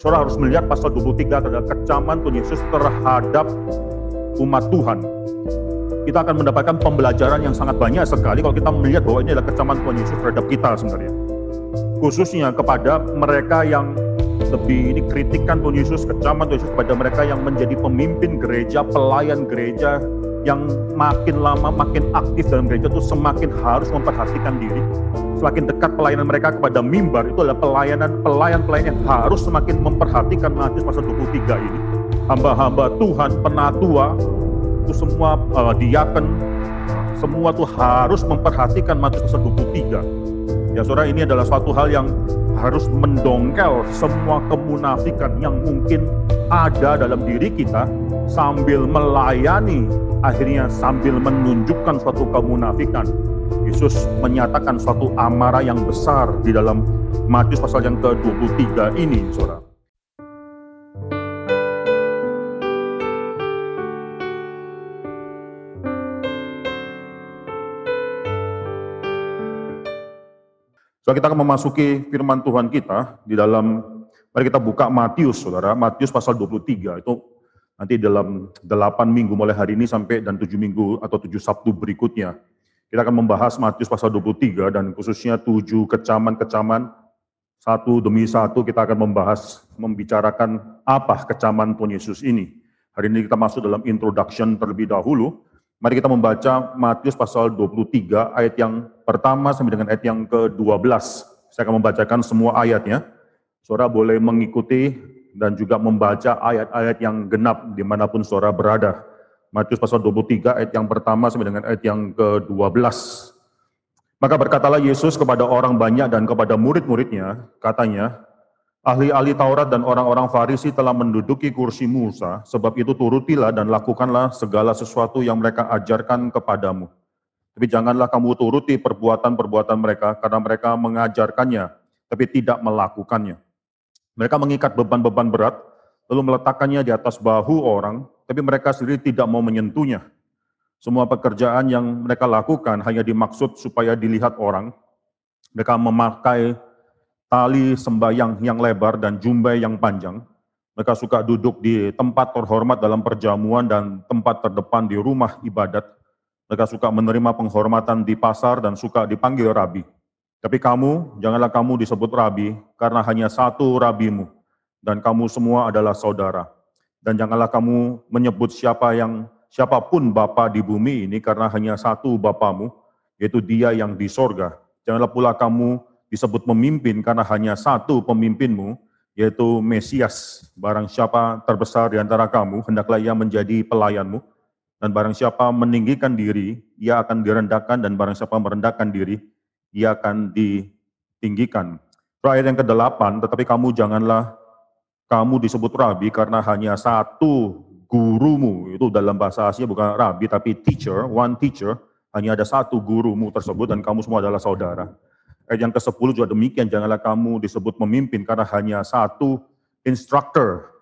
Saudara harus melihat pasal 23 adalah kecaman Tuhan Yesus terhadap umat Tuhan. Kita akan mendapatkan pembelajaran yang sangat banyak sekali kalau kita melihat bahwa ini adalah kecaman Tuhan Yesus terhadap kita sebenarnya. Khususnya kepada mereka yang lebih ini kritikan Tuhan Yesus, kecaman Tuhan Yesus kepada mereka yang menjadi pemimpin gereja, pelayan gereja, yang makin lama makin aktif dalam gereja itu semakin harus memperhatikan diri. Semakin dekat pelayanan mereka kepada mimbar, itu adalah pelayan yang harus semakin memperhatikan Matius pasal 23 ini. Hamba-hamba Tuhan, penatua, itu semua diaken, semua itu harus memperhatikan Matius pasal 23. Ya saudara, ini adalah suatu hal yang harus mendongkel semua kemunafikan yang mungkin ada dalam diri kita sambil melayani, akhirnya sambil menunjukkan suatu kemunafikan. Yesus menyatakan suatu amarah yang besar di dalam Matius pasal yang ke-23 ini, saudara. So, kita akan memasuki firman Tuhan kita di dalam, mari kita buka Matius, saudara. Matius pasal 23, itu nanti dalam 8 minggu mulai hari ini sampai dan 7 minggu atau 7 Sabtu berikutnya. Kita akan membahas Matius pasal 23 dan khususnya 7 kecaman-kecaman, satu demi satu kita akan membicarakan apa kecaman Tuhan Yesus ini. Hari ini kita masuk dalam introduction terlebih dahulu. Mari kita membaca Matius pasal 23 ayat yang pertama sampai dengan ayat yang ke-12. Saya akan membacakan semua ayatnya. Saudara boleh mengikuti dan juga membaca ayat-ayat yang genap dimanapun saudara berada. Matius pasal 23 ayat yang pertama sampai dengan ayat yang ke-12. Maka berkatalah Yesus kepada orang banyak dan kepada murid-muridnya, katanya, ahli-ahli Taurat dan orang-orang Farisi telah menduduki kursi Musa, sebab itu turutilah dan lakukanlah segala sesuatu yang mereka ajarkan kepadamu. Tapi janganlah kamu turuti perbuatan-perbuatan mereka, karena mereka mengajarkannya, tapi tidak melakukannya. Mereka mengikat beban-beban berat, lalu meletakkannya di atas bahu orang, tapi mereka sendiri tidak mau menyentuhnya. Semua pekerjaan yang mereka lakukan hanya dimaksud supaya dilihat orang. Mereka memakai tali sembahyang yang lebar dan jumbai yang panjang. Mereka suka duduk di tempat terhormat dalam perjamuan dan tempat terdepan di rumah ibadat. Mereka suka menerima penghormatan di pasar dan suka dipanggil rabi. Tapi kamu, janganlah kamu disebut rabi, karena hanya satu rabimu, dan kamu semua adalah saudara. Dan janganlah kamu menyebut siapapun bapa di bumi ini, karena hanya satu bapamu, yaitu Dia yang di sorga. Janganlah pula kamu disebut pemimpin karena hanya satu pemimpinmu, yaitu Mesias. Barang siapa terbesar di antara kamu, hendaklah ia menjadi pelayanmu. Dan barang siapa meninggikan diri, ia akan direndahkan. Dan barang siapa merendahkan diri, ia akan ditinggikan. Ayat yang ke-8, tetapi kamu janganlah kamu disebut rabi karena hanya satu gurumu. Itu dalam bahasa Asia bukan rabi, tapi teacher, one teacher. Hanya ada satu gurumu tersebut dan kamu semua adalah saudara. Ayat yang ke-10 juga demikian, janganlah kamu disebut pemimpin karena hanya satu instructor,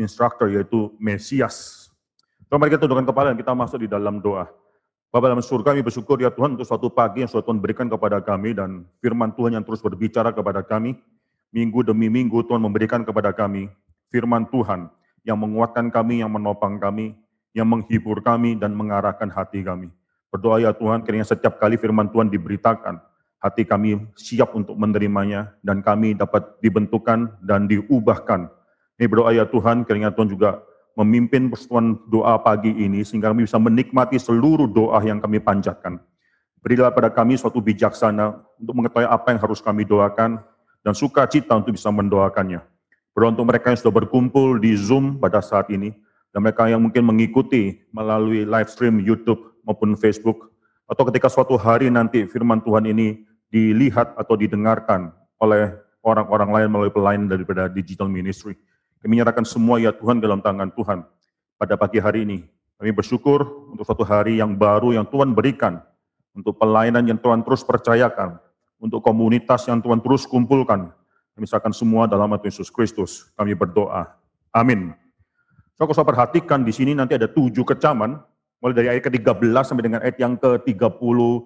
yaitu Mesias. Mari kita tundukkan kepala dan kita masuk di dalam doa. Bapa dalam surga, kami bersyukur ya Tuhan untuk suatu pagi yang sudah Tuhan berikan kepada kami dan firman Tuhan yang terus berbicara kepada kami. Minggu demi minggu Tuhan memberikan kepada kami firman Tuhan yang menguatkan kami, yang menopang kami, yang menghibur kami dan mengarahkan hati kami. Berdoa ya Tuhan, kiranya setiap kali firman Tuhan diberitakan, hati kami siap untuk menerimanya, dan kami dapat dibentukkan dan diubahkan. Ini berdoa ya Tuhan, kiranya Tuhan juga memimpin persekutuan doa pagi ini, sehingga kami bisa menikmati seluruh doa yang kami panjatkan. Berilah pada kami suatu bijaksana untuk mengetahui apa yang harus kami doakan, dan sukacita untuk bisa mendoakannya. Berdoa untuk mereka yang sudah berkumpul di Zoom pada saat ini, dan mereka yang mungkin mengikuti melalui live stream YouTube maupun Facebook, atau ketika suatu hari nanti firman Tuhan ini dilihat atau didengarkan oleh orang-orang lain melalui pelayanan daripada digital ministry. Kami menyerahkan semua ya Tuhan dalam tangan Tuhan. Pada pagi hari ini, kami bersyukur untuk suatu hari yang baru yang Tuhan berikan, untuk pelayanan yang Tuhan terus percayakan, untuk komunitas yang Tuhan terus kumpulkan. Kami serahkan semua dalam nama Yesus Kristus. Kami berdoa. Amin. Kalau saya perhatikan di sini nanti ada 7 kecaman, mulai dari ayat ke-13 sampai dengan ayat yang ke-29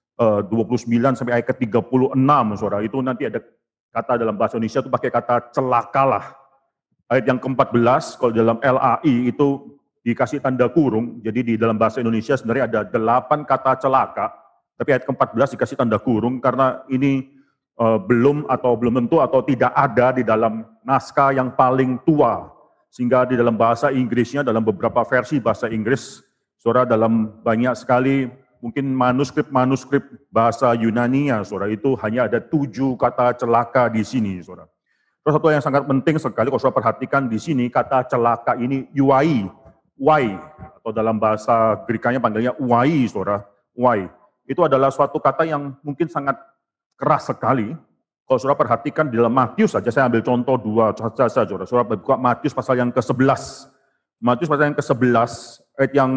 sampai ayat ke-36, saudara. Itu nanti ada kata dalam bahasa Indonesia itu pakai kata celakalah. Ayat yang ke-14, kalau dalam LAI itu dikasih tanda kurung, jadi di dalam bahasa Indonesia sebenarnya ada 8 kata celaka, tapi ayat ke-14 dikasih tanda kurung karena ini belum tentu atau tidak ada di dalam naskah yang paling tua. Sehingga di dalam bahasa Inggrisnya, dalam beberapa versi bahasa Inggris, saudara, dalam banyak sekali mungkin manuskrip bahasa Yunani-nya, saudara, itu hanya ada 7 kata celaka di sini, saudara. Terus satu yang sangat penting sekali kalau saudara perhatikan di sini, kata celaka ini uai, atau dalam bahasa Grekanya panggilnya uai, saudara, uai. Itu adalah suatu kata yang mungkin sangat keras sekali. Kalau saudara perhatikan di dalam Matius saja, saya ambil contoh 2 saja, saudara. Saudara buka Matius pasal yang ke-11. Matius pasal yang ke-11, ayat yang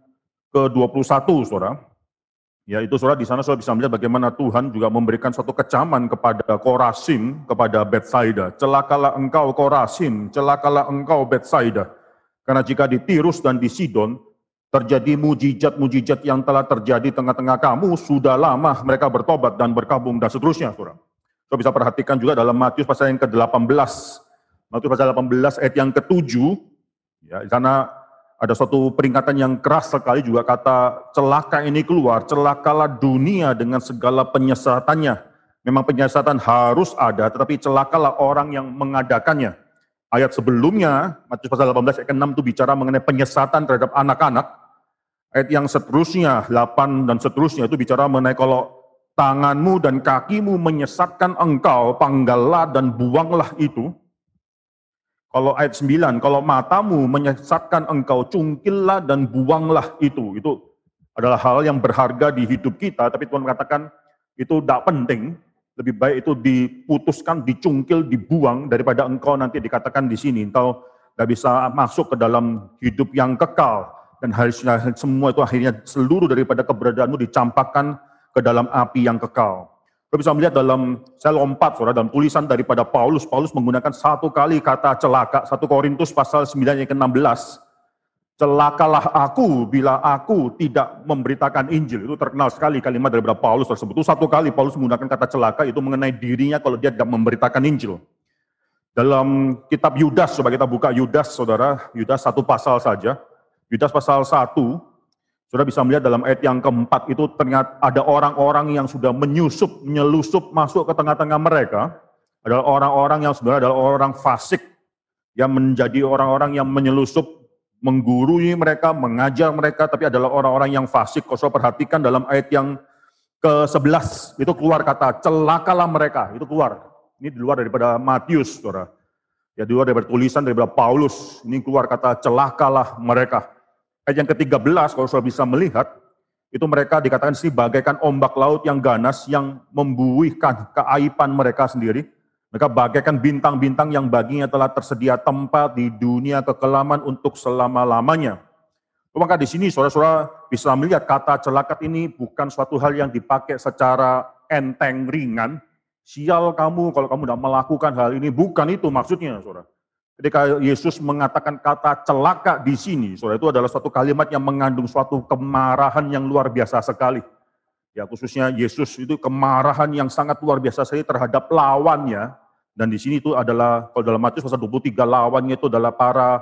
ke-21, saudara. Ya, itu saudara, di sana saudara bisa melihat bagaimana Tuhan juga memberikan suatu kecaman kepada Korasim, kepada Betsaida. Celakalah engkau Korasim, celakalah engkau Betsaida. Karena jika di Tirus dan di Sidon terjadi mujizat-mujizat yang telah terjadi tengah-tengah kamu, sudah lama mereka bertobat dan berkabung dan seterusnya, saudara. Saudara bisa perhatikan juga dalam Matius pasal yang ke-18. Matius pasal 18 ayat yang ke-7, ya, di sana ada suatu peringatan yang keras sekali juga, kata celaka ini keluar, celakalah dunia dengan segala penyesatannya. Memang penyesatan harus ada, tetapi celakalah orang yang mengadakannya. Ayat sebelumnya, Matius pasal 18 ayat ke-6 itu bicara mengenai penyesatan terhadap anak-anak. Ayat yang seterusnya, 8 dan seterusnya itu bicara mengenai kalau tanganmu dan kakimu menyesatkan engkau, panggallah dan buanglah itu. Kalau ayat 9, kalau matamu menyesatkan engkau, cungkillah dan buanglah itu. Itu adalah hal yang berharga di hidup kita, tapi Tuhan mengatakan itu tidak penting. Lebih baik itu diputuskan, dicungkil, dibuang, daripada engkau nanti dikatakan di sini, engkau tidak bisa masuk ke dalam hidup yang kekal. Dan harusnya semua itu akhirnya seluruh daripada keberadaanmu dicampakkan ke dalam api yang kekal. Kita bisa melihat dalam, saya lompat saudara, dalam tulisan daripada Paulus menggunakan 1 kali kata celaka, 1 Korintus pasal 9 ayat ke-16. Celakalah aku bila aku tidak memberitakan Injil. Itu terkenal sekali kalimat daripada Paulus tersebut. Itu 1 kali Paulus menggunakan kata celaka, itu mengenai dirinya kalau dia tidak memberitakan Injil. Dalam kitab Yudas, coba kita buka Yudas, saudara, Yudas 1 pasal saja. Yudas pasal 1, saudara bisa melihat dalam ayat yang ke-4 itu ternyata ada orang-orang yang sudah menyelusup masuk ke tengah-tengah mereka. Adalah orang-orang yang sebenarnya adalah orang fasik, yang menjadi orang-orang yang menyelusup, menggurui mereka, mengajar mereka, tapi adalah orang-orang yang fasik. Kalau saudara perhatikan dalam ayat yang ke-11, itu keluar kata celakalah mereka, itu keluar. Ini di luar daripada Matius, saudara. Ya, di luar daripada tulisan daripada Paulus, ini keluar kata celakalah mereka. Ayat yang ke-13, kalau saudara bisa melihat, itu mereka dikatakan sih bagaikan ombak laut yang ganas, yang membuihkan keaiban mereka sendiri. Mereka bagaikan bintang-bintang yang baginya telah tersedia tempat di dunia kekelaman untuk selama-lamanya. Maka di sini saudara-saudara bisa melihat kata celakat ini bukan suatu hal yang dipakai secara enteng, ringan. Sial kamu kalau kamu tidak melakukan hal ini, bukan itu maksudnya, saudara. Ketika Yesus mengatakan kata celaka di sini, saudara, itu adalah suatu kalimat yang mengandung suatu kemarahan yang luar biasa sekali. Ya, khususnya Yesus itu kemarahan yang sangat luar biasa sekali terhadap lawannya. Dan di sini itu adalah, kalau dalam Matius pasal 23, lawannya itu adalah para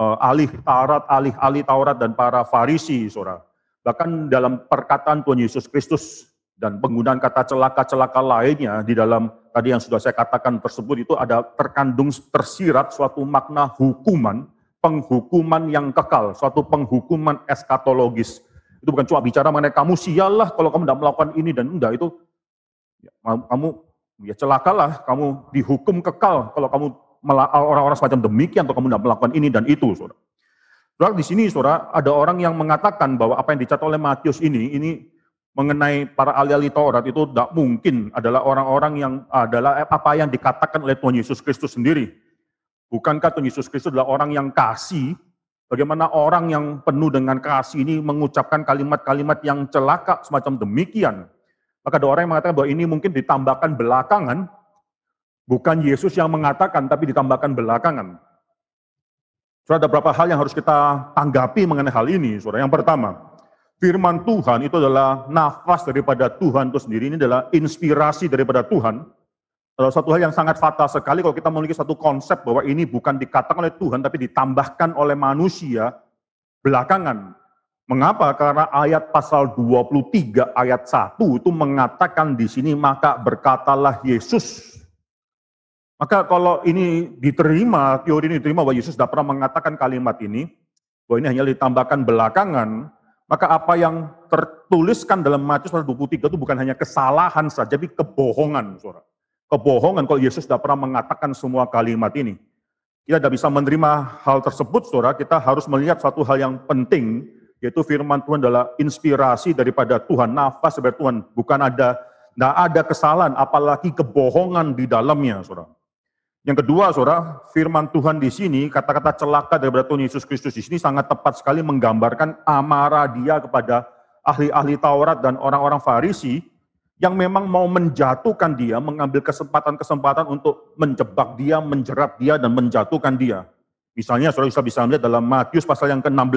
ahli Taurat dan para Farisi, saudara. Bahkan dalam perkataan Tuhan Yesus Kristus dan penggunaan kata celaka-celaka lainnya di dalam tadi yang sudah saya katakan tersebut, itu ada terkandung tersirat suatu makna hukuman, penghukuman yang kekal, suatu penghukuman eskatologis. Itu bukan cuma bicara mengenai kamu sialah kalau kamu tidak melakukan ini dan enggak, itu ya, kamu ya celakalah, kamu dihukum kekal kalau kamu orang-orang semacam demikian atau kamu tidak melakukan ini dan itu, saudara. Saudara, di sini saudara ada orang yang mengatakan bahwa apa yang dicatat oleh Matius ini mengenai para ahli-ahli Taurat itu tidak mungkin adalah orang-orang yang adalah apa yang dikatakan oleh Tuhan Yesus Kristus sendiri. Bukankah Tuhan Yesus Kristus adalah orang yang kasih? Bagaimana orang yang penuh dengan kasih ini mengucapkan kalimat-kalimat yang celaka semacam demikian? Maka ada orang yang mengatakan bahwa ini mungkin ditambahkan belakangan, bukan Yesus yang mengatakan, tapi ditambahkan belakangan. Saudara, ada beberapa hal yang harus kita tanggapi mengenai hal ini, saudara. Yang pertama, firman Tuhan itu adalah nafas daripada Tuhan itu sendiri, ini adalah inspirasi daripada Tuhan. Satu hal yang sangat fatal sekali kalau kita memiliki satu konsep bahwa ini bukan dikatakan oleh Tuhan, tapi ditambahkan oleh manusia belakangan. Mengapa? Karena ayat pasal 23 ayat 1 itu mengatakan di sini, maka berkatalah Yesus. Maka kalau ini diterima, teori ini diterima bahwa Yesus sudah pernah mengatakan kalimat ini, bahwa ini hanya ditambahkan belakangan, maka apa yang tertuliskan dalam Matius pasal 23 itu bukan hanya kesalahan saja, tapi kebohongan, saudara. Kebohongan kalau Yesus sudah pernah mengatakan semua kalimat ini. Kita tidak bisa menerima hal tersebut, saudara. Kita harus melihat satu hal yang penting, yaitu firman Tuhan adalah inspirasi daripada Tuhan, nafas dari Tuhan. Tidak ada kesalahan, apalagi kebohongan di dalamnya, saudara. Yang kedua, saudara, firman Tuhan di sini, kata-kata celaka daripada Tuhan Yesus Kristus di sini sangat tepat sekali menggambarkan amarah dia kepada ahli-ahli Taurat dan orang-orang Farisi yang memang mau menjatuhkan dia, mengambil kesempatan-kesempatan untuk menjebak dia, menjerat dia, dan menjatuhkan dia. Misalnya, saudara bisa melihat dalam Matius pasal yang ke-16.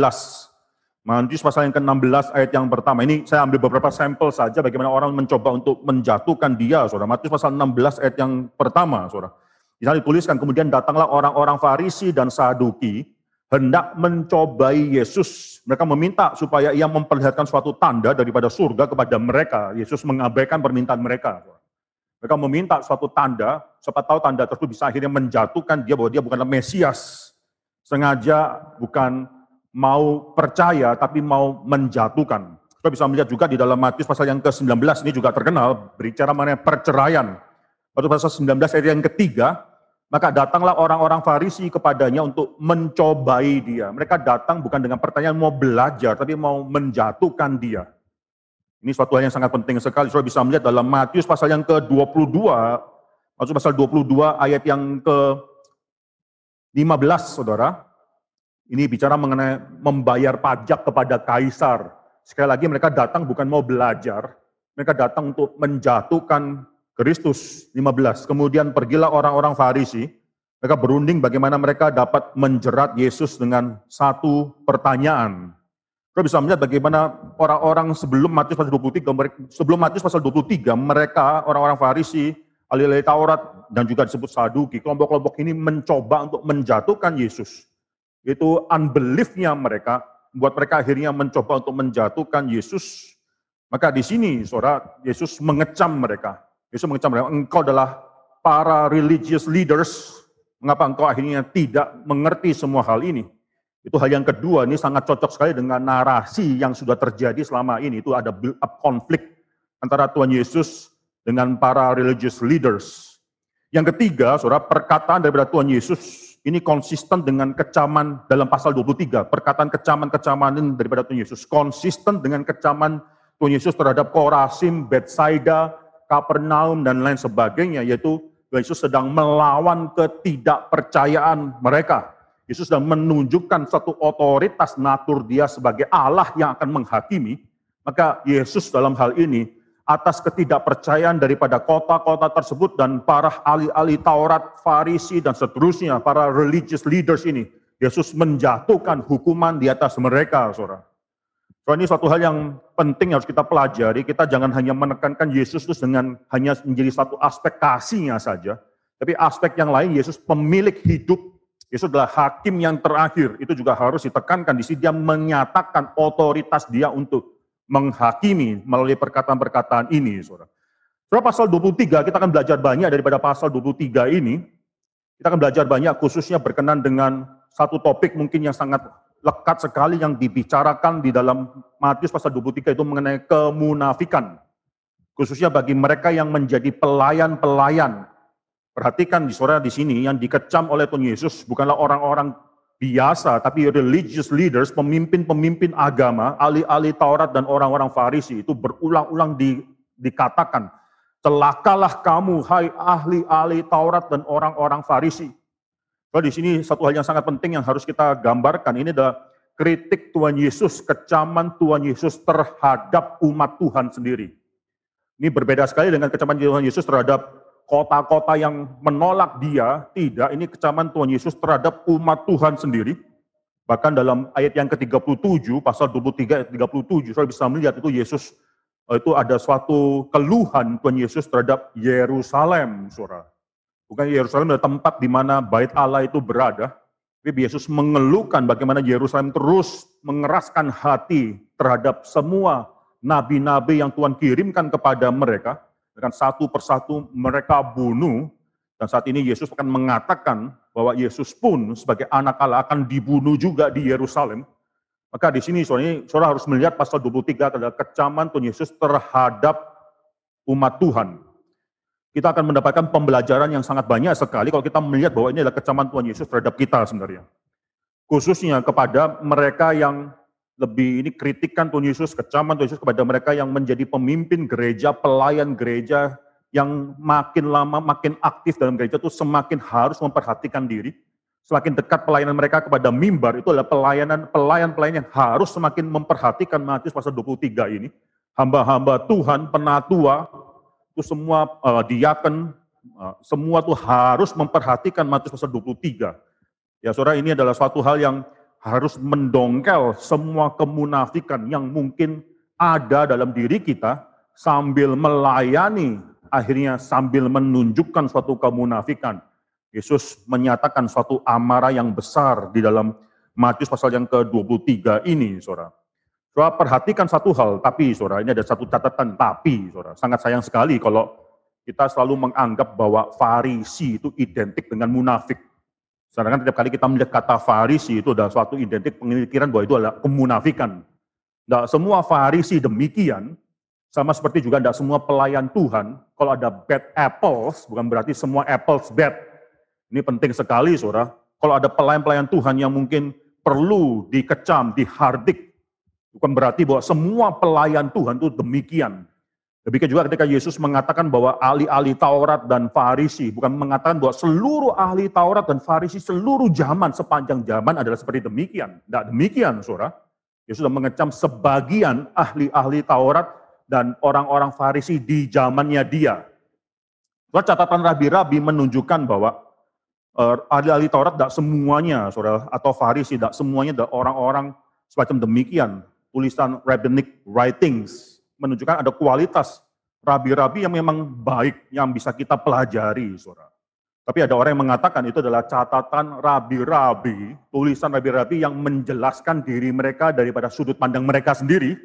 Matius pasal yang ke-16 ayat yang pertama. Ini saya ambil beberapa sampel saja bagaimana orang mencoba untuk menjatuhkan dia, saudara. Matius pasal 16 ayat yang pertama, saudara. Di sana dituliskan, kemudian datanglah orang-orang Farisi dan Saduki, hendak mencobai Yesus. Mereka meminta supaya ia memperlihatkan suatu tanda daripada surga kepada mereka. Yesus mengabaikan permintaan mereka. Mereka meminta suatu tanda, siapa tahu tanda tersebut bisa akhirnya menjatuhkan dia bahwa dia bukanlah Mesias. Sengaja bukan mau percaya, tapi mau menjatuhkan. Kita bisa melihat juga di dalam Matius pasal yang ke-19, ini juga terkenal, berbicara mengenai perceraian. Matius pasal 19 ayat yang ketiga, maka datanglah orang-orang Farisi kepadanya untuk mencobai dia. Mereka datang bukan dengan pertanyaan mau belajar, tapi mau menjatuhkan dia. Ini suatu hal yang sangat penting sekali. Saudara bisa melihat dalam Matius pasal yang ke-22, Matius pasal 22 ayat yang ke-15, saudara. Ini bicara mengenai membayar pajak kepada kaisar. Sekali lagi mereka datang bukan mau belajar, mereka datang untuk menjatuhkan Kristus. 15. Kemudian pergilah orang-orang Farisi, mereka berunding bagaimana mereka dapat menjerat Yesus dengan satu pertanyaan. Kita bisa melihat bagaimana orang-orang sebelum Matius pasal 23, mereka orang-orang Farisi, ahli-ahli Taurat dan juga disebut Saduki, kelompok-kelompok ini mencoba untuk menjatuhkan Yesus. Itu unbelief-nya mereka, buat mereka akhirnya mencoba untuk menjatuhkan Yesus. Maka di sini, saudara, Yesus mengecam mereka. Yesus mengecam mereka, engkau adalah para religious leaders, mengapa engkau akhirnya tidak mengerti semua hal ini? Itu hal yang kedua, ini sangat cocok sekali dengan narasi yang sudah terjadi selama ini. Itu ada build up konflik antara Tuhan Yesus dengan para religious leaders. Yang ketiga, saudara, perkataan daripada Tuhan Yesus ini konsisten dengan kecaman dalam pasal 23. Perkataan kecaman-kecaman ini daripada Tuhan Yesus konsisten dengan kecaman Tuhan Yesus terhadap Korasim, Betsaida, Kapernaum, dan lain sebagainya, yaitu Yesus sedang melawan ketidakpercayaan mereka. Yesus sedang menunjukkan satu otoritas natur dia sebagai Allah yang akan menghakimi. Maka Yesus dalam hal ini, atas ketidakpercayaan daripada kota-kota tersebut dan para ahli-ahli Taurat, Farisi, dan seterusnya, para religious leaders ini, Yesus menjatuhkan hukuman di atas mereka, saudara. So, ini suatu hal yang penting yang harus kita pelajari. Kita jangan hanya menekankan Yesus itu dengan hanya menjadi satu aspek kasihnya saja, tapi aspek yang lain, Yesus pemilik hidup, Yesus adalah hakim yang terakhir. Itu juga harus ditekankan di sini. Dia menyatakan otoritas dia untuk menghakimi melalui perkataan-perkataan ini, saudara. Saudara, pasal 23, kita akan belajar banyak daripada pasal 23 ini. Kita akan belajar banyak khususnya berkenan dengan satu topik mungkin yang sangat lekat sekali yang dibicarakan di dalam Matius pasal 23 itu mengenai kemunafikan. Khususnya bagi mereka yang menjadi pelayan-pelayan. Perhatikan di saudara di sini yang dikecam oleh Tuhan Yesus bukanlah orang-orang biasa, tapi religious leaders, pemimpin-pemimpin agama, ahli-ahli Taurat dan orang-orang Farisi. Itu berulang-ulang dikatakan, celakalah kamu, hai ahli-ahli Taurat dan orang-orang Farisi. So, di sini satu hal yang sangat penting yang harus kita gambarkan, ini adalah kritik Tuhan Yesus, kecaman Tuhan Yesus terhadap umat Tuhan sendiri. Ini berbeda sekali dengan kecaman Tuhan Yesus terhadap kota-kota yang menolak dia. Tidak, ini kecaman Tuhan Yesus terhadap umat Tuhan sendiri. Bahkan dalam ayat yang ke-37, pasal 23 ayat 37, saya bisa melihat itu Yesus itu ada suatu keluhan Tuhan Yesus terhadap Yerusalem, saudara. Bukan Yerusalem adalah tempat di mana bait Allah itu berada, tapi Yesus mengeluhkan bagaimana Yerusalem terus mengeraskan hati terhadap semua nabi-nabi yang Tuhan kirimkan kepada mereka, dengan satu persatu mereka bunuh, dan saat ini Yesus akan mengatakan bahwa Yesus pun sebagai anak Allah akan dibunuh juga di Yerusalem. Maka di sini saudara harus melihat pasal 23 adalah kecaman Tuhan Yesus terhadap umat Tuhan. Kita akan mendapatkan pembelajaran yang sangat banyak sekali kalau kita melihat bahwa ini adalah kecaman Tuhan Yesus terhadap kita sebenarnya. Khususnya kepada mereka yang lebih ini kritikan Tuhan Yesus, kecaman Tuhan Yesus kepada mereka yang menjadi pemimpin gereja, pelayan gereja, yang makin lama makin aktif dalam gereja itu semakin harus memperhatikan diri. Semakin dekat pelayanan mereka kepada mimbar, itu adalah pelayan yang harus semakin memperhatikan Matius pasal 23 ini. Hamba-hamba Tuhan, penatua, itu semua diaken, semua itu harus memperhatikan Matius pasal 23. Ya saudara, ini adalah suatu hal yang harus mendongkel semua kemunafikan yang mungkin ada dalam diri kita, sambil melayani, akhirnya sambil menunjukkan suatu kemunafikan. Yesus menyatakan suatu amarah yang besar di dalam Matius pasal yang ke-23 ini, saudara. Saudara perhatikan satu hal, tapi saudara, ini ada satu catatan tapi, saudara. Sangat sayang sekali kalau kita selalu menganggap bahwa Farisi itu identik dengan munafik. Sedangkan setiap kali kita melihat kata Farisi itu adalah suatu identik pemikiran bahwa itu adalah kemunafikan. Tidak semua Farisi demikian, sama seperti juga tidak semua pelayan Tuhan. Kalau ada bad apples, bukan berarti semua apples bad. Ini penting sekali, saudara. Kalau ada pelayan-pelayan Tuhan yang mungkin perlu dikecam, dihardik, bukan berarti bahwa semua pelayan Tuhan itu demikian. Demikian juga ketika Yesus mengatakan bahwa ahli-ahli Taurat dan Farisi, bukan mengatakan bahwa seluruh ahli Taurat dan Farisi seluruh zaman, sepanjang zaman adalah seperti demikian. Tidak demikian, saudara. Yesus sudah mengecam sebagian ahli-ahli Taurat dan orang-orang Farisi di zamannya dia. Catatan rabi-rabi menunjukkan bahwa ahli-ahli Taurat tidak semuanya, saudara, atau Farisi tidak semuanya adalah orang-orang semacam demikian. Tulisan rabbinic writings menunjukkan ada kualitas rabi-rabi yang memang baik, yang bisa kita pelajari, saudara. Tapi ada orang yang mengatakan itu adalah catatan rabi-rabi, tulisan rabi-rabi yang menjelaskan diri mereka daripada sudut pandang mereka sendiri.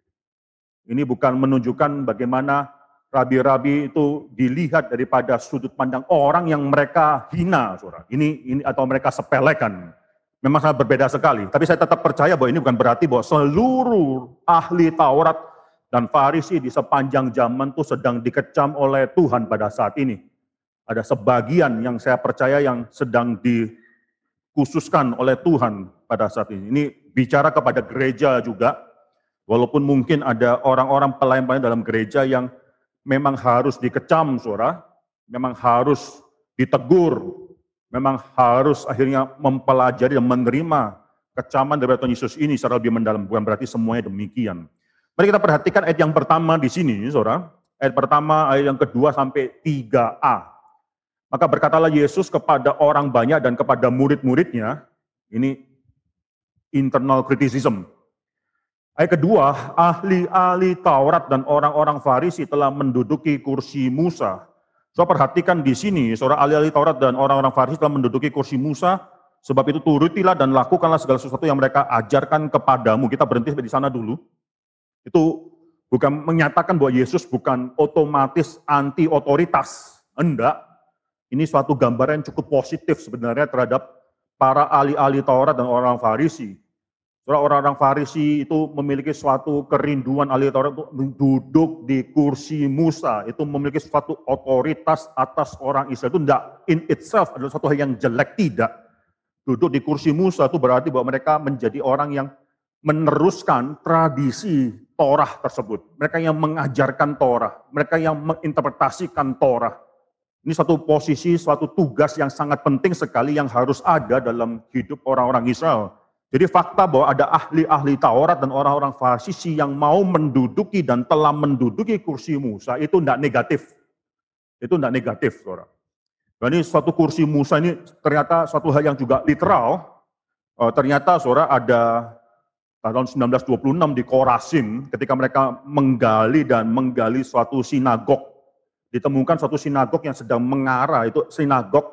Ini bukan menunjukkan bagaimana rabi-rabi itu dilihat daripada sudut pandang orang yang mereka hina, saudara. Ini atau mereka sepelekan. Memang sangat berbeda sekali. Tapi saya tetap percaya bahwa ini bukan berarti bahwa seluruh ahli Taurat dan Farisi di sepanjang zaman itu sedang dikecam oleh Tuhan pada saat ini. Ada sebagian yang saya percaya yang sedang dikhususkan oleh Tuhan pada saat ini. Ini bicara kepada gereja juga, walaupun mungkin ada orang-orang pelayan-pelayan dalam gereja yang memang harus dikecam, saudara, memang harus ditegur, memang harus akhirnya mempelajari dan menerima kecaman dari Tuhan Yesus ini secara lebih mendalam. Bukan berarti semuanya demikian. Mari kita perhatikan ayat yang pertama di sini, saudara. Ayat pertama, ayat yang kedua sampai 3a. Maka berkatalah Yesus kepada orang banyak dan kepada murid-muridnya, ini internal criticism. Ayat kedua, ahli-ahli Taurat dan orang-orang Farisi telah menduduki kursi Musa. So perhatikan di sini, saudara, ahli-ahli Taurat dan orang-orang Farisi telah menduduki kursi Musa, sebab itu turutilah dan lakukanlah segala sesuatu yang mereka ajarkan kepadamu. Kita berhenti sampai di sana dulu. Itu bukan menyatakan bahwa Yesus bukan otomatis anti otoritas. Enggak. Ini suatu gambaran yang cukup positif sebenarnya terhadap para ahli-ahli Taurat dan orang-orang Farisi. Orang-orang Farisi itu memiliki suatu kerinduan, ahli Taurat untuk duduk di kursi Musa, itu memiliki suatu otoritas atas orang Israel. Itu tidak in itself adalah suatu hal yang jelek, tidak. Duduk di kursi Musa itu berarti bahwa mereka menjadi orang yang meneruskan tradisi Torah tersebut. Mereka yang mengajarkan Torah, mereka yang menginterpretasikan Torah. Ini suatu posisi, suatu tugas yang sangat penting sekali yang harus ada dalam hidup orang-orang Israel. Jadi fakta bahwa ada ahli-ahli Taurat dan orang-orang Farisi yang mau menduduki dan telah menduduki kursi Musa itu tidak negatif. Itu tidak negatif, saudara. Dan ini suatu kursi Musa ini ternyata suatu hal yang juga literal. Ternyata, saudara, ada tahun 1926 di Korazim, ketika mereka menggali suatu sinagog, ditemukan suatu sinagog yang sedang mengarah, itu sinagog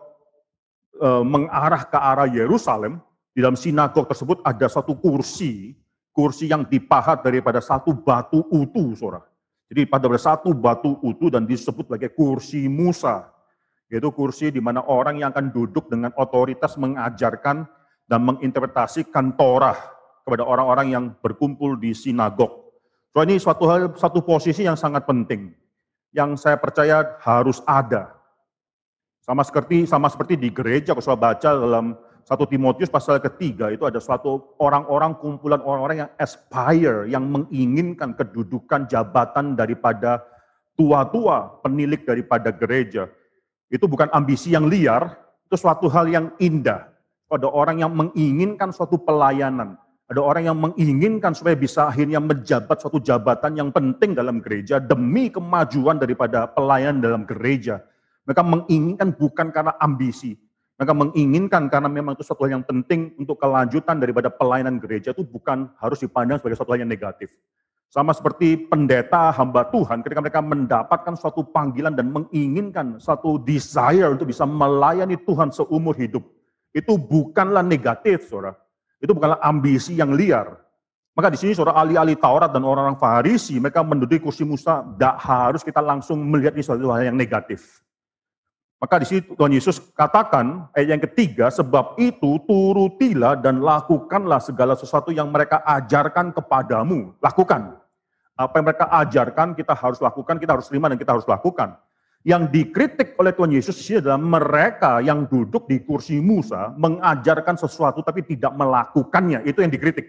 mengarah ke arah Yerusalem. Di dalam sinagog tersebut ada satu kursi yang dipahat daripada satu batu utuh, saudara. Jadi pada satu batu utuh dan disebut sebagai kursi Musa, yaitu kursi di mana orang yang akan duduk dengan otoritas mengajarkan dan menginterpretasikan Torah kepada orang-orang yang berkumpul di sinagog. So ini satu posisi yang sangat penting, yang saya percaya harus ada. Sama seperti di gereja, kalau saya baca dalam 1 Timotius pasal ketiga, itu ada suatu orang-orang, kumpulan orang-orang yang aspire, yang menginginkan kedudukan jabatan daripada tua-tua, penilik daripada gereja. Itu bukan ambisi yang liar, itu suatu hal yang indah. Ada orang yang menginginkan suatu pelayanan, ada orang yang menginginkan supaya bisa akhirnya menjabat suatu jabatan yang penting dalam gereja demi kemajuan daripada pelayanan dalam gereja. Mereka menginginkan bukan karena ambisi, mereka menginginkan karena memang itu suatu hal yang penting untuk kelanjutan daripada pelayanan gereja, itu bukan harus dipandang sebagai suatu hal yang negatif. Sama seperti pendeta hamba Tuhan, ketika mereka mendapatkan suatu panggilan dan menginginkan suatu desire untuk bisa melayani Tuhan seumur hidup, itu bukanlah negatif, saudara. Itu bukanlah ambisi yang liar. Maka di sini saudara, ahli-ahli Taurat dan orang-orang Farisi, mereka menduduki kursi Musa, tidak harus kita langsung melihat ini suatu hal yang negatif. Maka di sini Tuhan Yesus katakan, ayat yang ketiga, sebab itu turutilah dan lakukanlah segala sesuatu yang mereka ajarkan kepadamu. Lakukan. Apa yang mereka ajarkan kita harus lakukan, kita harus terima dan kita harus lakukan. Yang dikritik oleh Tuhan Yesus di sini adalah mereka yang duduk di kursi Musa mengajarkan sesuatu tapi tidak melakukannya. Itu yang dikritik.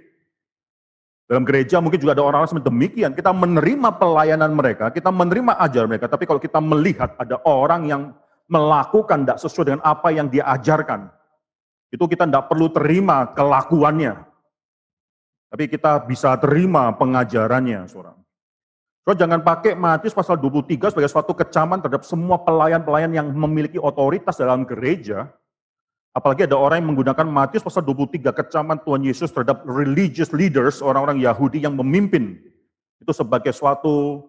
Dalam gereja mungkin juga ada orang-orang seperti demikian. Kita menerima pelayanan mereka, kita menerima ajar mereka, tapi kalau kita melihat ada orang yang melakukan tidak sesuai dengan apa yang dia ajarkan, itu kita tidak perlu terima kelakuannya, tapi kita bisa terima pengajarannya, saudara. So, jangan pakai Matius pasal 23 sebagai suatu kecaman terhadap semua pelayan-pelayan yang memiliki otoritas dalam gereja. Apalagi ada orang yang menggunakan Matius pasal 23 kecaman Tuhan Yesus terhadap religious leaders, orang-orang Yahudi yang memimpin, itu sebagai suatu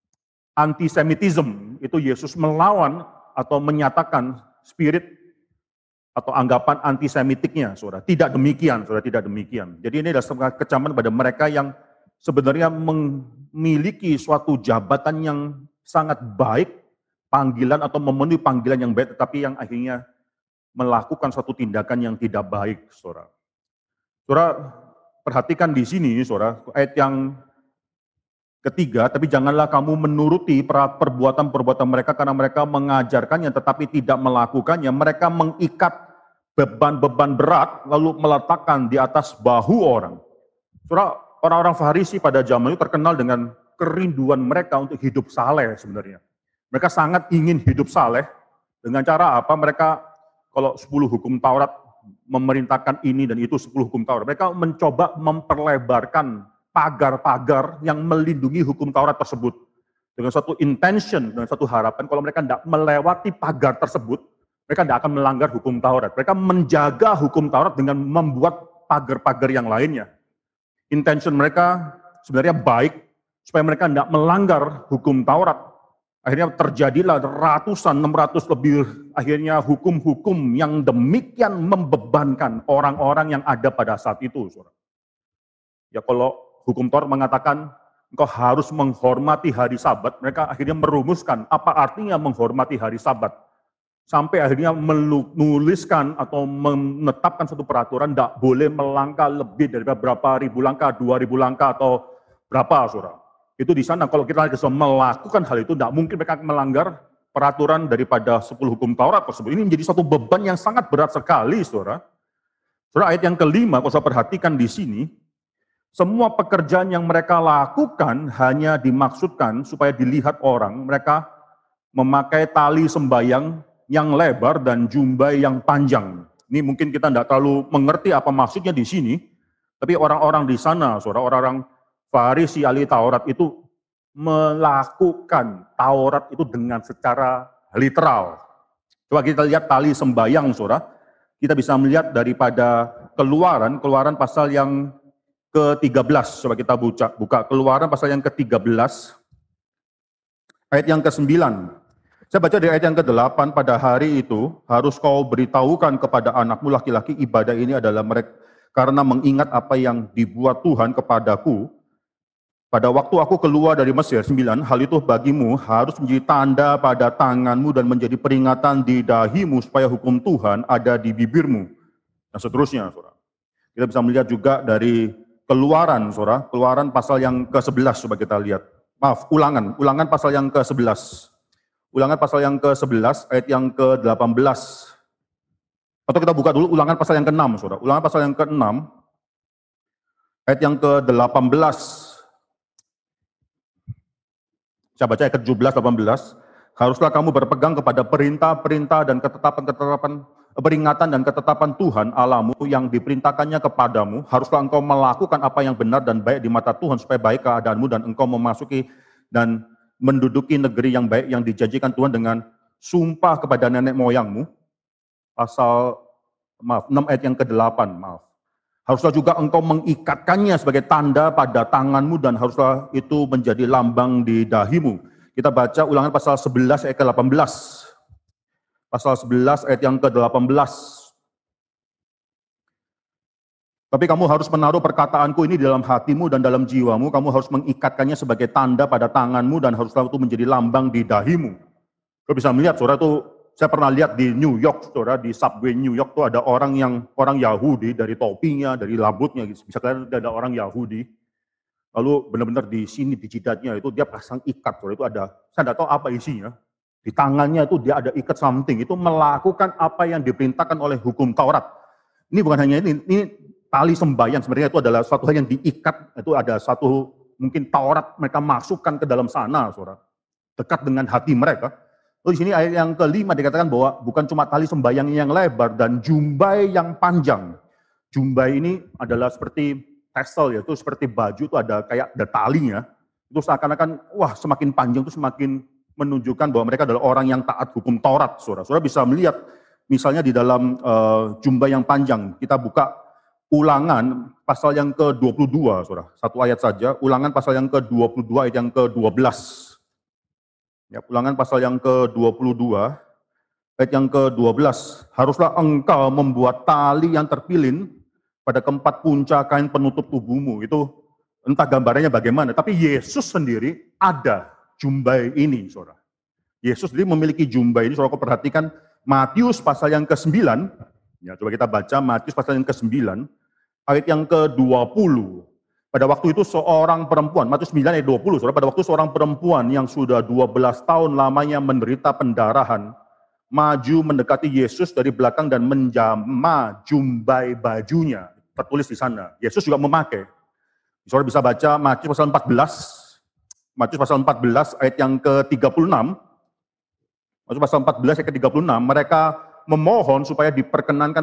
antisemitism. Itu Yesus melawan atau menyatakan spirit atau anggapan antisemitiknya, saudara. Tidak demikian, saudara, tidak demikian. Jadi ini adalah kecaman pada mereka yang sebenarnya memiliki suatu jabatan yang sangat baik, panggilan atau memenuhi panggilan yang baik, tetapi yang akhirnya melakukan suatu tindakan yang tidak baik, saudara. Saudara, perhatikan di sini, saudara, ayat yang ketiga, tapi janganlah kamu menuruti perbuatan-perbuatan mereka karena mereka mengajarkannya tetapi tidak melakukannya. Mereka mengikat beban-beban berat lalu meletakkan di atas bahu orang. Saudara, orang-orang Farisi pada zaman itu terkenal dengan kerinduan mereka untuk hidup saleh sebenarnya. Mereka sangat ingin hidup saleh. Dengan cara apa? Mereka kalau 10 hukum Taurat memerintahkan ini dan itu 10 hukum Taurat. Mereka mencoba memperlebarkan pagar-pagar yang melindungi hukum Taurat tersebut. Dengan satu intention, dengan satu harapan, kalau mereka tidak melewati pagar tersebut, mereka tidak akan melanggar hukum Taurat. Mereka menjaga hukum Taurat dengan membuat pagar-pagar yang lainnya. Intention mereka sebenarnya baik, supaya mereka tidak melanggar hukum Taurat. Akhirnya terjadilah ratusan, 600 lebih, akhirnya hukum-hukum yang demikian membebankan orang-orang yang ada pada saat itu. Ya kalau hukum Taurat mengatakan engkau harus menghormati hari Sabat, mereka akhirnya merumuskan apa artinya menghormati hari Sabat. Sampai akhirnya menuliskan atau menetapkan satu peraturan tidak boleh melangkah lebih dari berapa ribu langkah, 2000 langkah atau berapa, saudara. Itu di sana kalau kita bisa melakukan hal itu, tidak mungkin mereka melanggar peraturan daripada 10 hukum Taurat tersebut. Ini menjadi satu beban yang sangat berat sekali, saudara. Saudara, ayat yang kelima, kalau saya perhatikan di sini, semua pekerjaan yang mereka lakukan hanya dimaksudkan supaya dilihat orang. Mereka memakai tali sembayang yang lebar dan jumbai yang panjang. Ini mungkin kita tidak terlalu mengerti apa maksudnya di sini, tapi orang-orang di sana, saudara, orang-orang Farisi ahli Taurat itu melakukan Taurat itu dengan secara literal. Coba kita lihat tali sembayang, saudara. Kita bisa melihat daripada Keluaran pasal yang ke-13. Coba kita buka Keluaran pasal yang ke-13, ayat yang ke-9. Saya baca dari ayat yang ke-8, pada hari itu harus kau beritahukan kepada anakmu laki-laki ibadah ini adalah mereka karena mengingat apa yang dibuat Tuhan kepadaku. Pada waktu aku keluar dari Mesir, 9, hal itu bagimu harus menjadi tanda pada tanganmu dan menjadi peringatan di dahimu supaya hukum Tuhan ada di bibirmu. Dan seterusnya, saudara. Kita bisa melihat juga dari Keluaran, saudara. Keluaran pasal yang ke-11, coba kita lihat. Maaf, Ulangan pasal yang ke-11. Ulangan pasal yang ke-11, ayat yang ke-18. Atau kita buka dulu Ulangan pasal yang ke-6, saudara. Ulangan pasal yang ke-6, ayat yang ke-18. Saya baca ayat ke-17, 18. Haruslah kamu berpegang kepada perintah-perintah dan ketetapan-ketetapan, peringatan dan ketetapan Tuhan Allahmu yang diperintahkannya kepadamu. Haruslah engkau melakukan apa yang benar dan baik di mata Tuhan supaya baik keadaanmu dan engkau memasuki dan menduduki negeri yang baik yang dijanjikan Tuhan dengan sumpah kepada nenek moyangmu. Pasal 6 ayat yang ke-8, maaf. Haruslah juga engkau mengikatkannya sebagai tanda pada tanganmu dan haruslah itu menjadi lambang di dahimu. Kita baca Ulangan pasal 11 ayat ke-18. Pasal 11 ayat yang ke-18. Tapi kamu harus menaruh perkataanku ini di dalam hatimu dan dalam jiwamu. Kamu harus mengikatkannya sebagai tanda pada tanganmu dan haruslah itu menjadi lambang di dahimu. Kau bisa melihat, saudara, itu saya pernah lihat di New York, saudara, di subway New York tuh ada orang Yahudi, dari topinya, dari rambutnya, gitu. Bisa kelihatan ada orang Yahudi. Lalu benar-benar di sini, di jidatnya itu dia pasang ikat, saudara, itu ada, saya tidak tahu apa isinya. Di tangannya itu dia ada ikat something, itu melakukan apa yang diperintahkan oleh hukum Taurat. Ini bukan hanya ini tali sembahyang, sebenarnya itu adalah suatu hal yang diikat, itu ada satu, mungkin Taurat mereka masukkan ke dalam sana, saudara. Dekat dengan hati mereka. Lalu di sini ayat yang ke-5 dikatakan bahwa bukan cuma tali sembahyang yang lebar dan jumbai yang panjang. Jumbai ini adalah seperti tassel, yaitu seperti baju itu ada kayak ada talinya. Itu seakan-akan wah semakin panjang itu semakin menunjukkan bahwa mereka adalah orang yang taat hukum Taurat. Saudara bisa melihat misalnya di dalam jumbai yang panjang. Kita buka Ulangan pasal yang ke-22, saudara. Satu ayat saja. Ulangan pasal yang ke-22 ayat yang ke-12. Ya, Ulangan pasal yang ke-22, ayat yang ke-12. Haruslah engkau membuat tali yang terpilin pada keempat puncak kain penutup tubuhmu. Itu entah gambarannya bagaimana, tapi Yesus sendiri ada jumbai ini, saudara. Yesus sendiri memiliki jumbai ini, saudara, kau perhatikan Matius pasal yang ke-9, ya, coba kita baca Matius pasal yang ke-9, ayat yang ke-20. Pada waktu itu seorang perempuan, Matius 9 ayat 20, saudara, pada waktu seorang perempuan yang sudah 12 tahun lamanya menderita pendarahan, maju mendekati Yesus dari belakang dan menjamah jumbai bajunya. Tertulis di sana. Yesus juga memakai. Saudara bisa baca Matius pasal 14, Matius pasal 14 ayat yang ke-36. Matius pasal 14 ayat ke-36, mereka memohon supaya diperkenankan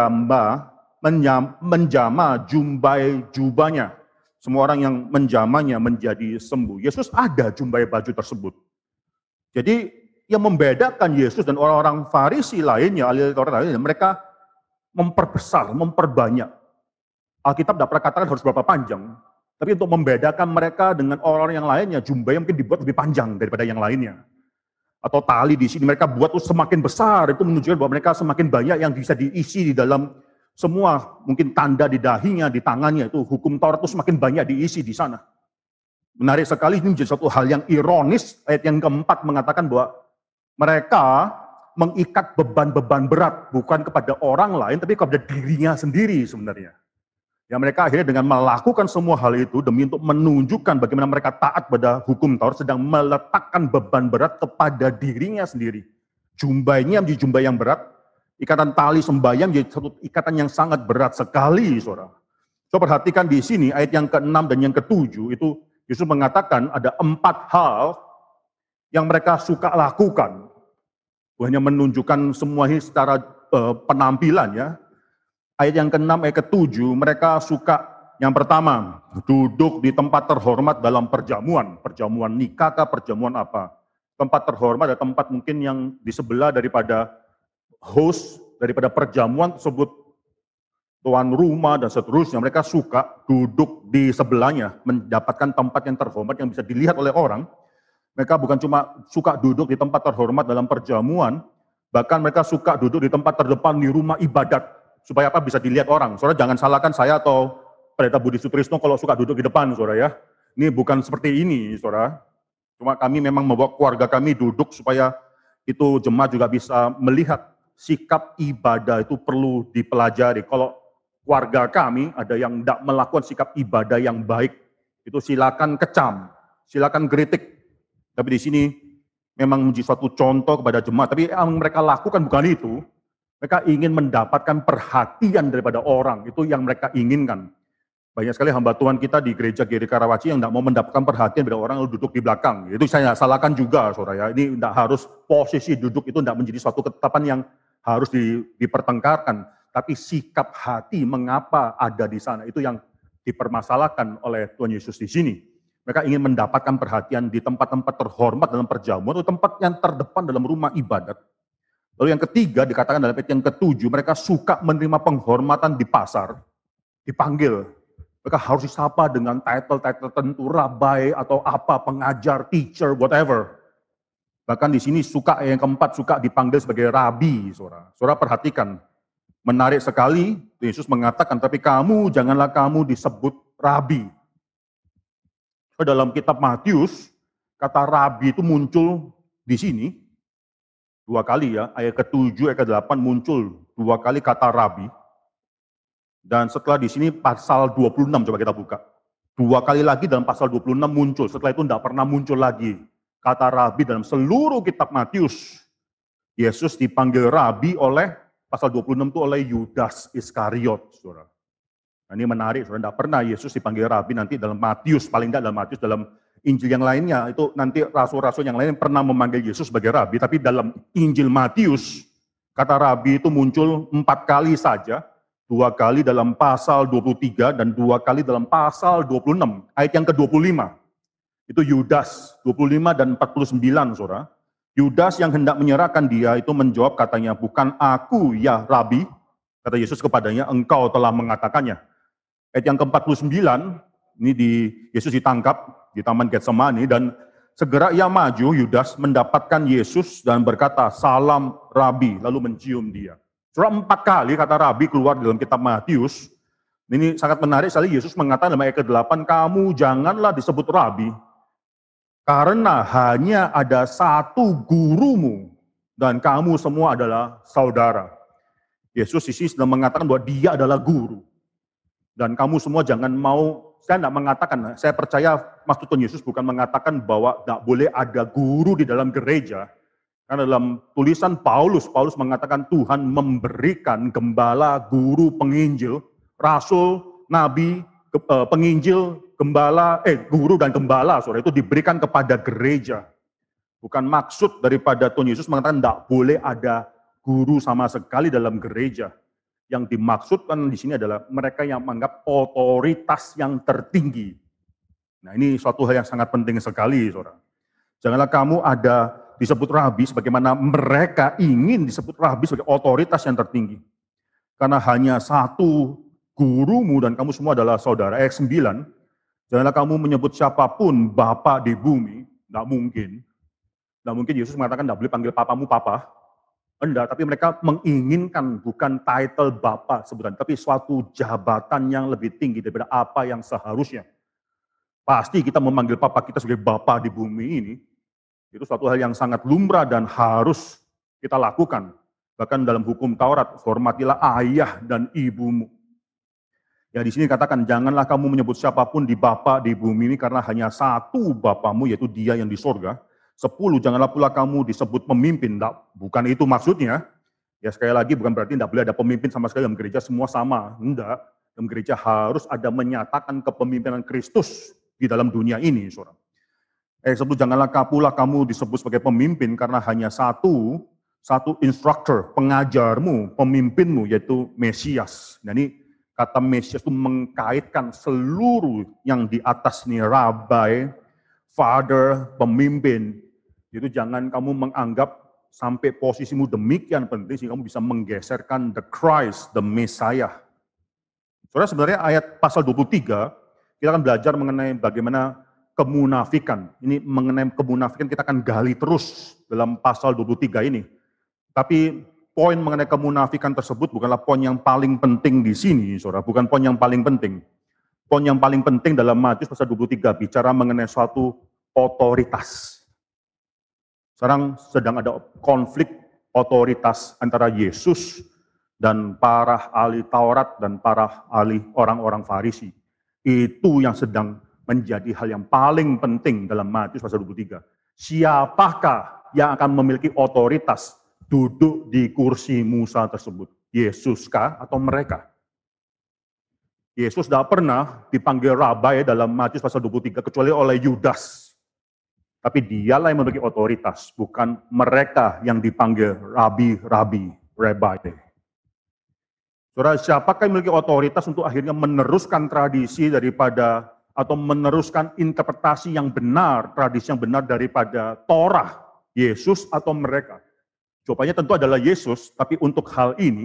menjamah jumbai jubahnya. Semua orang yang menjamahnya menjadi sembuh. Yesus ada jumbai baju tersebut. Jadi yang membedakan Yesus dan orang-orang Farisi lainnya, ahli Taurat lainnya, mereka memperbesar, memperbanyak. Alkitab tidak pernah katakan harus berapa panjang, tapi untuk membedakan mereka dengan orang-orang yang lainnya, jumbai mungkin dibuat lebih panjang daripada yang lainnya. Atau tali di sini mereka buat itu semakin besar, itu menunjukkan bahwa mereka semakin banyak yang bisa diisi di dalam semua, mungkin tanda di dahinya, di tangannya, itu hukum Taurat itu semakin banyak diisi di sana. Menarik sekali, ini menjadi satu hal yang ironis. Ayat yang keempat mengatakan bahwa mereka mengikat beban-beban berat, bukan kepada orang lain, tapi kepada dirinya sendiri sebenarnya. Ya, mereka akhirnya dengan melakukan semua hal itu, demi untuk menunjukkan bagaimana mereka taat pada hukum Taurat, sedang meletakkan beban berat kepada dirinya sendiri. Jumbainya menjadi jumbai yang berat, ikatan tali sembahyang menjadi satu ikatan yang sangat berat sekali, saudara. Coba perhatikan di sini ayat yang ke-6 dan yang ke-7 itu Yesus mengatakan ada 4 hal yang mereka suka lakukan. Hanya menunjukkan semua ini secara penampilan, ya. Ayat yang ke-6, ayat ke-7 mereka suka yang pertama duduk di tempat terhormat dalam perjamuan nikah kah, perjamuan apa. Tempat terhormat adalah tempat mungkin yang di sebelah daripada host, daripada perjamuan tersebut tuan rumah dan seterusnya, mereka suka duduk di sebelahnya, mendapatkan tempat yang terhormat yang bisa dilihat oleh orang. Mereka bukan cuma suka duduk di tempat terhormat dalam perjamuan, bahkan mereka suka duduk di tempat terdepan di rumah ibadat, supaya apa? Bisa dilihat orang. Saudara jangan salahkan saya atau Pendeta Budi Sutrisno kalau suka duduk di depan, saudara ya. Ini bukan seperti ini, saudara. Cuma kami memang membawa keluarga kami duduk supaya itu jemaat juga bisa melihat sikap ibadah itu perlu dipelajari. Kalau keluarga kami ada yang tidak melakukan sikap ibadah yang baik, itu silakan kecam, silakan kritik. Tapi di sini memang menjadi suatu contoh kepada jemaat. Tapi yang mereka lakukan bukan itu. Mereka ingin mendapatkan perhatian daripada orang. Itu yang mereka inginkan. Banyak sekali hamba Tuhan kita di gereja GRI Karawaci yang tidak mau mendapatkan perhatian dari orang lalu duduk di belakang. Itu saya salahkan juga, saudara ya. Ini tidak harus posisi duduk itu tidak menjadi suatu ketetapan yang harus dipertengkarkan. Tapi sikap hati mengapa ada di sana itu yang dipermasalahkan oleh Tuhan Yesus di sini. Mereka ingin mendapatkan perhatian di tempat-tempat terhormat dalam perjamuan atau tempat yang terdepan dalam rumah ibadat. Lalu yang ketiga dikatakan dalam ayat yang ketujuh, mereka suka menerima penghormatan di pasar, dipanggil. Mereka harus disapa dengan title-title tertentu, rabai atau apa, pengajar, teacher, whatever. Bahkan di sini suka yang keempat suka dipanggil sebagai rabi, saudara. Saudara perhatikan, menarik sekali Yesus mengatakan, tapi kamu janganlah kamu disebut rabi. Dalam kitab Matius, kata rabi itu muncul di sini, 2 kali ya, ayat ke-7, ayat ke-8 muncul 2 kali kata rabi. Dan setelah di sini pasal 26, coba kita buka. 2 kali lagi dalam pasal 26 muncul, setelah itu tidak pernah muncul lagi. Kata rabi dalam seluruh kitab Matius. Yesus dipanggil rabi oleh, pasal 26 itu oleh Yudas Iskariot, saudara. Nah, ini menarik, saudara. Tidak pernah Yesus dipanggil rabi nanti dalam Matius, paling tidak dalam Matius, dalam Injil yang lainnya, itu nanti rasul-rasul yang lain pernah memanggil Yesus sebagai rabi, tapi dalam Injil Matius, kata rabi itu muncul 4 kali saja, 2 kali dalam pasal 23 dan 2 kali dalam pasal 26, ayat yang ke-25. Itu Yudas, 25 dan 49, saudara. Yudas yang hendak menyerahkan dia itu menjawab katanya, bukan aku ya rabi, kata Yesus kepadanya, engkau telah mengatakannya. Ayat yang ke-49, ini Yesus ditangkap di Taman Getsemani dan segera ia maju, Yudas mendapatkan Yesus dan berkata, salam rabi, lalu mencium dia. Surah 4 kali kata rabi keluar dalam kitab Matius. Ini sangat menarik sekali, Yesus mengatakan dalam ayat ke-8, kamu janganlah disebut rabi, karena hanya ada satu gurumu, dan kamu semua adalah saudara. Yesus di sini sedang mengatakan bahwa dia adalah guru. Dan kamu semua jangan mau, saya tidak mengatakan, saya percaya maksud Tuhan Yesus bukan mengatakan bahwa tidak boleh ada guru di dalam gereja. Karena dalam tulisan Paulus mengatakan Tuhan memberikan gembala, guru, penginjil, rasul, nabi, penginjil, gembala, guru dan gembala, saudara, itu diberikan kepada gereja. Bukan maksud daripada Tuhan Yesus mengatakan tidak boleh ada guru sama sekali dalam gereja. Yang dimaksudkan di sini adalah mereka yang menganggap otoritas yang tertinggi. Nah, ini suatu hal yang sangat penting sekali, saudara. Janganlah kamu ada disebut rabi sebagaimana mereka ingin disebut rabi sebagai otoritas yang tertinggi. Karena hanya satu gurumu dan kamu semua adalah saudara. Ayat 9, janganlah kamu menyebut siapapun Bapa di bumi. Tidak mungkin. Tidak mungkin Yesus mengatakan tidak boleh panggil papamu papa. Enggak, tapi mereka menginginkan bukan title Bapa sebutan, tapi suatu jabatan yang lebih tinggi daripada apa yang seharusnya. Pasti kita memanggil Papa kita sebagai Bapa di bumi ini, itu suatu hal yang sangat lumrah dan harus kita lakukan. Bahkan dalam hukum Taurat, hormatilah ayah dan ibumu. Ya di sini katakan, janganlah kamu menyebut siapapun di Bapa di bumi ini, karena hanya satu Bapamu, yaitu dia yang di sorga. 10, janganlah pula kamu disebut pemimpin. Bukan itu maksudnya. Ya sekali lagi bukan berarti tidak boleh ada pemimpin sama sekali dalam gereja, semua sama. Enggak. Dalam gereja harus ada menyatakan kepemimpinan Kristus di dalam dunia ini, saudara. 10, janganlah pula kamu disebut sebagai pemimpin, karena hanya satu instructor, pengajarmu, pemimpinmu, yaitu Mesias. Nah ini kata Mesias itu mengkaitkan seluruh yang di atas ini, rabai, father, pemimpin. Itu jangan kamu menganggap sampai posisimu demikian penting sehingga kamu bisa menggeserkan the Christ, the Messiah. Saudara, sebenarnya ayat pasal 23, kita akan belajar mengenai bagaimana kemunafikan. Ini mengenai kemunafikan kita akan gali terus dalam pasal 23 ini. Tapi poin mengenai kemunafikan tersebut bukanlah poin yang paling penting di sini, saudara. Bukan poin yang paling penting. Poin yang paling penting dalam Matius pasal 23 bicara mengenai suatu otoritas. Sekarang sedang ada konflik otoritas antara Yesus dan para ahli Taurat dan para ahli orang-orang Farisi. Itu yang sedang menjadi hal yang paling penting dalam Matius pasal 23. Siapakah yang akan memiliki otoritas duduk di kursi Musa tersebut? Yesuskah atau mereka? Yesus tidak pernah dipanggil Rabai dalam Matius pasal 23 kecuali oleh Yudas. Tapi dialah yang memiliki otoritas, bukan mereka yang dipanggil Rabi, Rabbi. Saudara, siapakah yang memiliki otoritas untuk akhirnya meneruskan tradisi daripada atau meneruskan interpretasi yang benar, tradisi yang benar daripada Torah, Yesus atau mereka? Jawabannya tentu adalah Yesus, tapi untuk hal ini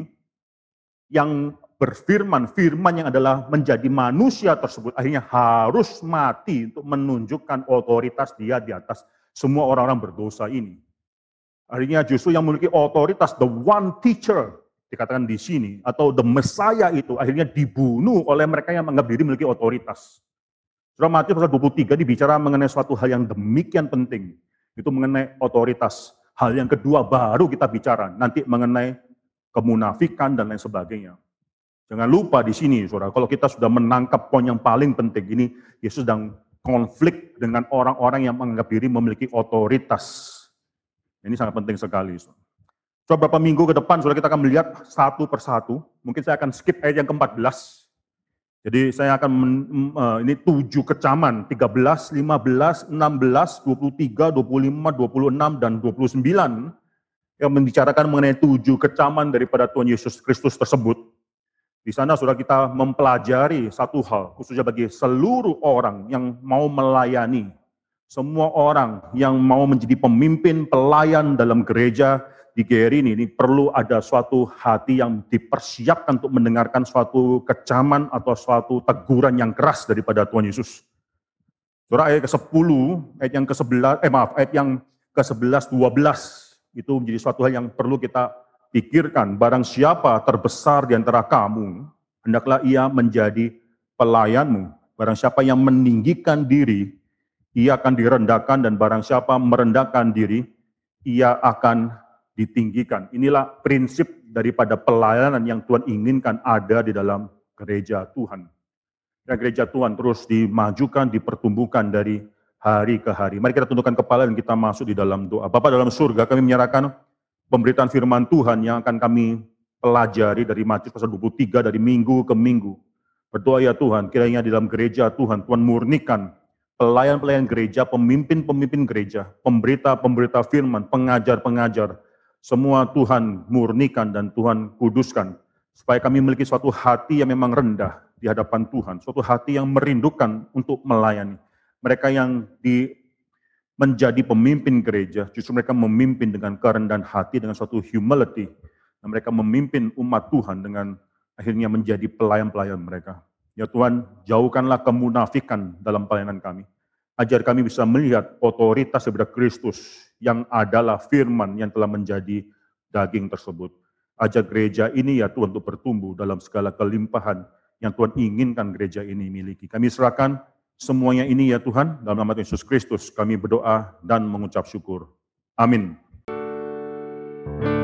yang berfirman, firman yang adalah menjadi manusia tersebut akhirnya harus mati untuk menunjukkan otoritas dia di atas semua orang-orang berdosa ini. Akhirnya justru yang memiliki otoritas, the one teacher, dikatakan di sini, atau the Messiah itu akhirnya dibunuh oleh mereka yang menganggap diri memiliki otoritas. Surah Matius pasal 23 dibicara mengenai suatu hal yang demikian penting. Itu mengenai otoritas. Hal yang kedua baru kita bicara, nanti mengenai kemunafikan dan lain sebagainya. Jangan lupa di sini, saudara, kalau kita sudah menangkap poin yang paling penting, ini Yesus sedang konflik dengan orang-orang yang menganggap diri memiliki otoritas. Ini sangat penting sekali, saudara. So, beberapa minggu ke depan, saudara, kita akan melihat satu persatu. Mungkin saya akan skip ayat yang ke-14. Jadi saya akan, ini 7 kecaman, 13, 15, 16, 23, 25, 26, dan 29, yang membicarakan mengenai 7 kecaman daripada Tuhan Yesus Kristus tersebut. Di sana, saudara, kita mempelajari satu hal, khususnya bagi seluruh orang yang mau melayani, semua orang yang mau menjadi pemimpin, pelayan dalam gereja, di GRI ini perlu ada suatu hati yang dipersiapkan untuk mendengarkan suatu kecaman atau suatu teguran yang keras daripada Tuhan Yesus. Surah ayat ke-10, ayat yang ke-11, ayat yang ke-11, 12, itu menjadi suatu hal yang perlu kita pikirkan. Barang siapa terbesar di antara kamu, hendaklah ia menjadi pelayanmu. Barang siapa yang meninggikan diri, ia akan direndahkan, dan barang siapa merendahkan diri, ia akan ditinggikan. Inilah prinsip daripada pelayanan yang Tuhan inginkan ada di dalam gereja Tuhan. Dan gereja Tuhan terus dimajukan, dipertumbuhkan dari hari ke hari. Mari kita tundukkan kepala dan kita masuk di dalam doa. Bapa dalam surga, kami menyerahkan pemberitaan firman Tuhan yang akan kami pelajari dari Matius pasal 23 dari minggu ke minggu. Berdoa ya Tuhan, kiranya di dalam gereja Tuhan murnikan pelayan-pelayan gereja, pemimpin-pemimpin gereja, pemberita-pemberita firman, pengajar-pengajar, semua Tuhan murnikan dan Tuhan kuduskan, supaya kami memiliki suatu hati yang memang rendah di hadapan Tuhan, suatu hati yang merindukan untuk melayani. Mereka yang menjadi pemimpin gereja, justru mereka memimpin dengan kerendahan hati, dengan suatu humility, dan mereka memimpin umat Tuhan dengan akhirnya menjadi pelayan-pelayan mereka. Ya Tuhan, jauhkanlah kemunafikan dalam pelayanan kami. Ajar kami bisa melihat otoritas daripada Kristus yang adalah firman yang telah menjadi daging tersebut. Ajar gereja ini ya Tuhan untuk bertumbuh dalam segala kelimpahan yang Tuhan inginkan gereja ini miliki. Kami serahkan semuanya ini ya Tuhan, dalam nama Yesus Kristus kami berdoa dan mengucap syukur. Amin.